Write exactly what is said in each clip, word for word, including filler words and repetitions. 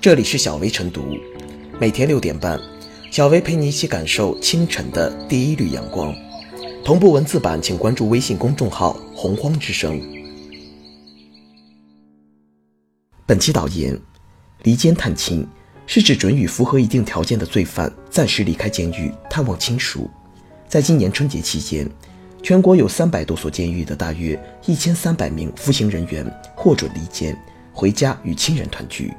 这里是小薇晨读，每天六点半，小薇陪你一起感受清晨的第一缕阳光。同步文字版请关注微信公众号洪荒之声。本期导言：离监探亲是指准予符合一定条件的罪犯暂时离开监狱探望亲属。在今年春节期间，全国有三百多所监狱的大约一千三百名服刑人员获准离监，回家与亲人团聚。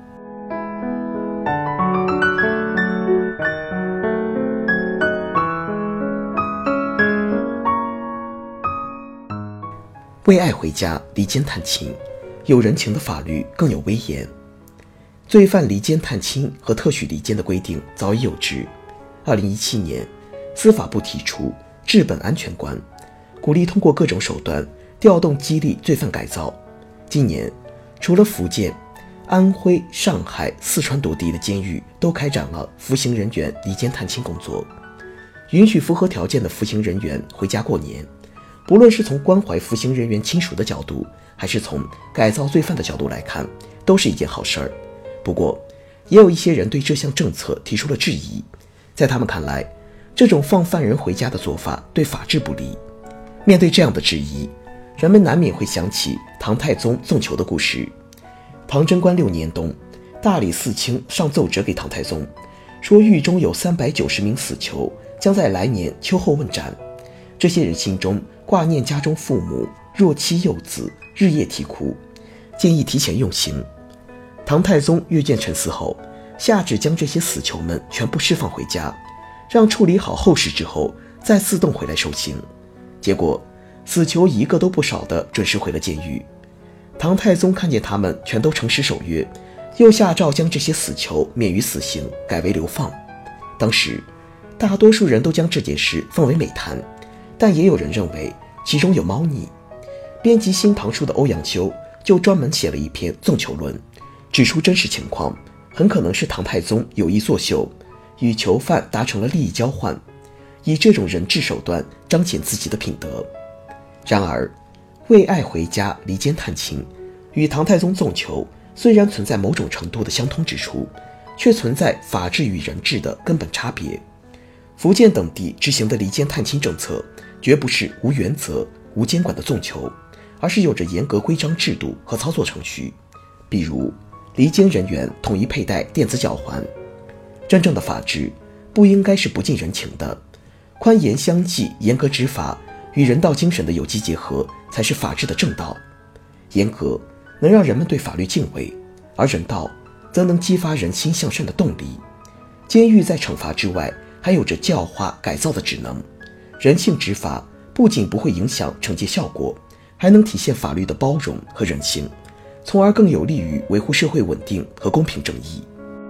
为爱回家离监探亲，有人情的法律更有威严。罪犯离监探亲和特许离监的规定早已有之。二零一七年，司法部提出治本安全观，鼓励通过各种手段调动激励罪犯改造。今年，除了福建、安徽、上海、四川多地的监狱都开展了服刑人员离监探亲工作，允许符合条件的服刑人员回家过年。不论是从关怀服刑人员亲属的角度，还是从改造罪犯的角度来看，都是一件好事儿。不过，也有一些人对这项政策提出了质疑。在他们看来，这种放犯人回家的做法对法治不利。面对这样的质疑，人们难免会想起唐太宗纵囚的故事。唐贞观六年冬，大理寺卿上奏折给唐太宗，说狱中有三百九十名死囚，将在来年秋后问斩。这些人心中挂念家中父母、弱妻幼子，日夜啼哭，建议提前用刑。唐太宗阅卷沉思后，下旨将这些死囚们全部释放回家，让处理好后事之后再自动回来受刑。结果死囚一个都不少的准时回了监狱。唐太宗看见他们全都诚实守约，又下诏将这些死囚免于死刑，改为流放。当时大多数人都将这件事奉为美谈，但也有人认为其中有猫腻。编辑《新唐书》的欧阳修就专门写了一篇纵囚论，指出真实情况很可能是唐太宗有意作秀，与囚犯达成了利益交换，以这种人质手段彰显自己的品德。然而，为爱回家离监探亲与唐太宗纵囚虽然存在某种程度的相通之处，却存在法治与人治的根本差别。福建等地执行的离监探亲政策绝不是无原则、无监管的纵囚，而是有着严格规章制度和操作程序。比如，离监人员统一佩戴电子脚环。真正的法治不应该是不近人情的，宽严相济、严格执法与人道精神的有机结合才是法治的正道。严格能让人们对法律敬畏，而人道则能激发人心向善的动力。监狱在惩罚之外还有着教化改造的职能，人性执法不仅不会影响惩戒效果，还能体现法律的包容和人性，从而更有利于维护社会稳定和公平正义。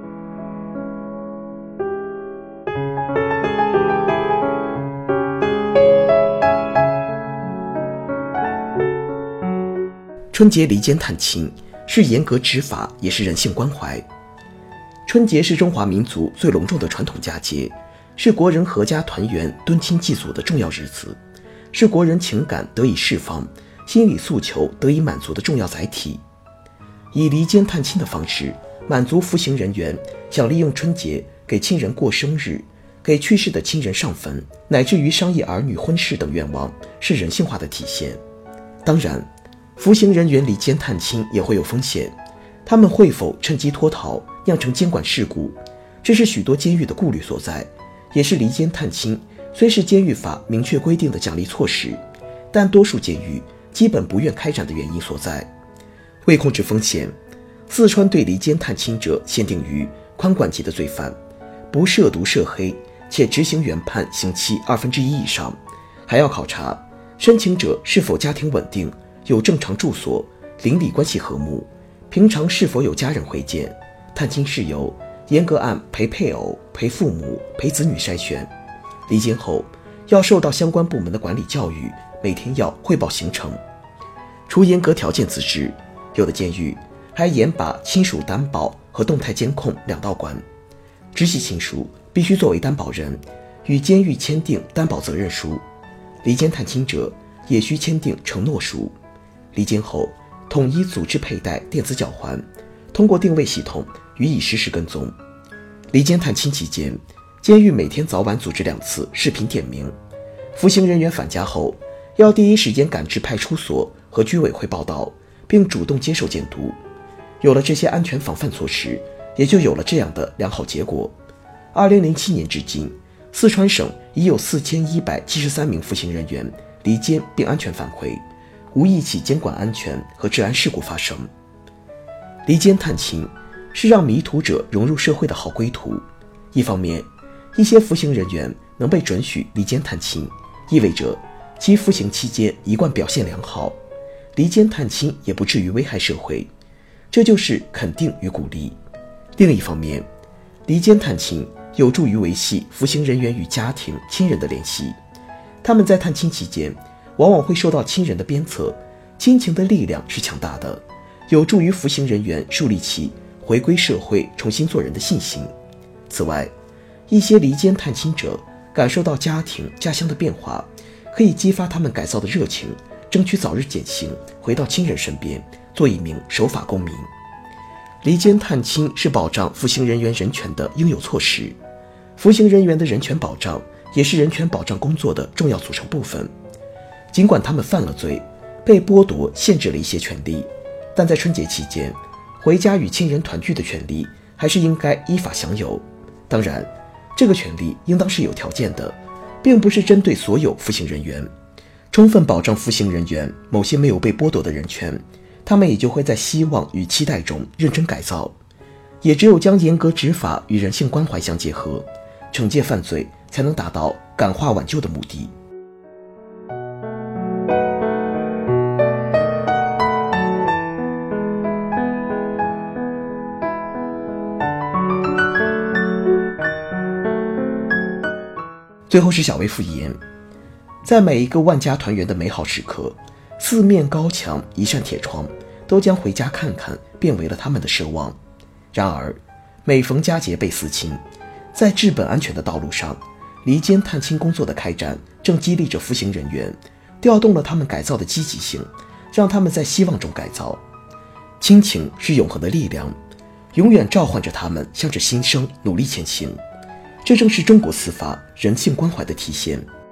春节离监探亲是严格执法，也是人性关怀。春节是中华民族最隆重的传统佳节，是国人阖家团圆、敦亲祭祖的重要日子，是国人情感得以释放、心理诉求得以满足的重要载体。以离监探亲的方式满足服刑人员想利用春节给亲人过生日、给去世的亲人上坟，乃至于商议儿女婚事等愿望，是人性化的体现。当然，服刑人员离监探亲也会有风险，他们会否趁机脱逃，酿成监管事故，这是许多监狱的顾虑所在，也是离监探亲虽是监狱法明确规定的奖励措施，但多数监狱基本不愿开展的原因所在。为控制风险，四川对离监探亲者限定于宽管级的罪犯，不涉毒涉黑，且执行原判刑期二分之一以上，还要考察申请者是否家庭稳定，有正常住所，邻里关系和睦，平常是否有家人会见。探亲事由严格按陪配偶、陪父母、陪子女筛选。离监后要受到相关部门的管理教育，每天要汇报行程。除严格条件自治，有的监狱还严把亲属担保和动态监控两道关。直系亲属必须作为担保人，与监狱签订担保责任书。离监探亲者也需签订承诺书。离监后统一组织佩戴电子脚环， 通过定位系统予以实时跟踪。离监探亲期间，监狱每天早晚组织两次视频点名，服刑人员返家后要第一时间赶至派出所和居委会报到，并主动接受监督。有了这些安全防范措施，也就有了这样的良好结果。二零零七年至今，四川省已有四千一百七十三名服刑人员离监并安全返回，无一起监管安全和治安事故发生。离监探亲是让迷途者融入社会的好归途。一方面，一些服刑人员能被准许离监探亲，意味着其服刑期间一贯表现良好，离监探亲也不至于危害社会，这就是肯定与鼓励。另一方面，离监探亲有助于维系服刑人员与家庭、亲人的联系。他们在探亲期间往往会受到亲人的鞭策，亲情的力量是强大的，有助于服刑人员树立起回归社会、重新做人的信心。此外，一些离监探亲者感受到家庭、家乡的变化，可以激发他们改造的热情，争取早日减刑，回到亲人身边，做一名守法公民。离监探亲是保障服刑人员人权的应有措施，服刑人员的人权保障也是人权保障工作的重要组成部分。尽管他们犯了罪，被剥夺、限制了一些权利，但在春节期间，回家与亲人团聚的权利还是应该依法享有。当然，这个权利应当是有条件的，并不是针对所有服刑人员。充分保障服刑人员某些没有被剥夺的人权，他们也就会在希望与期待中认真改造。也只有将严格执法与人性关怀相结合，惩戒犯罪才能达到感化挽救的目的。最后是小微复言，在每一个万家团圆的美好时刻，四面高墙一扇铁窗都将回家看看变为了他们的奢望。然而每逢佳节倍思亲，在治本安全的道路上，离监探亲工作的开展正激励着服刑人员，调动了他们改造的积极性，让他们在希望中改造。亲情是永恒的力量，永远召唤着他们向着新生努力前行。这正是中国司法人性关怀的体现。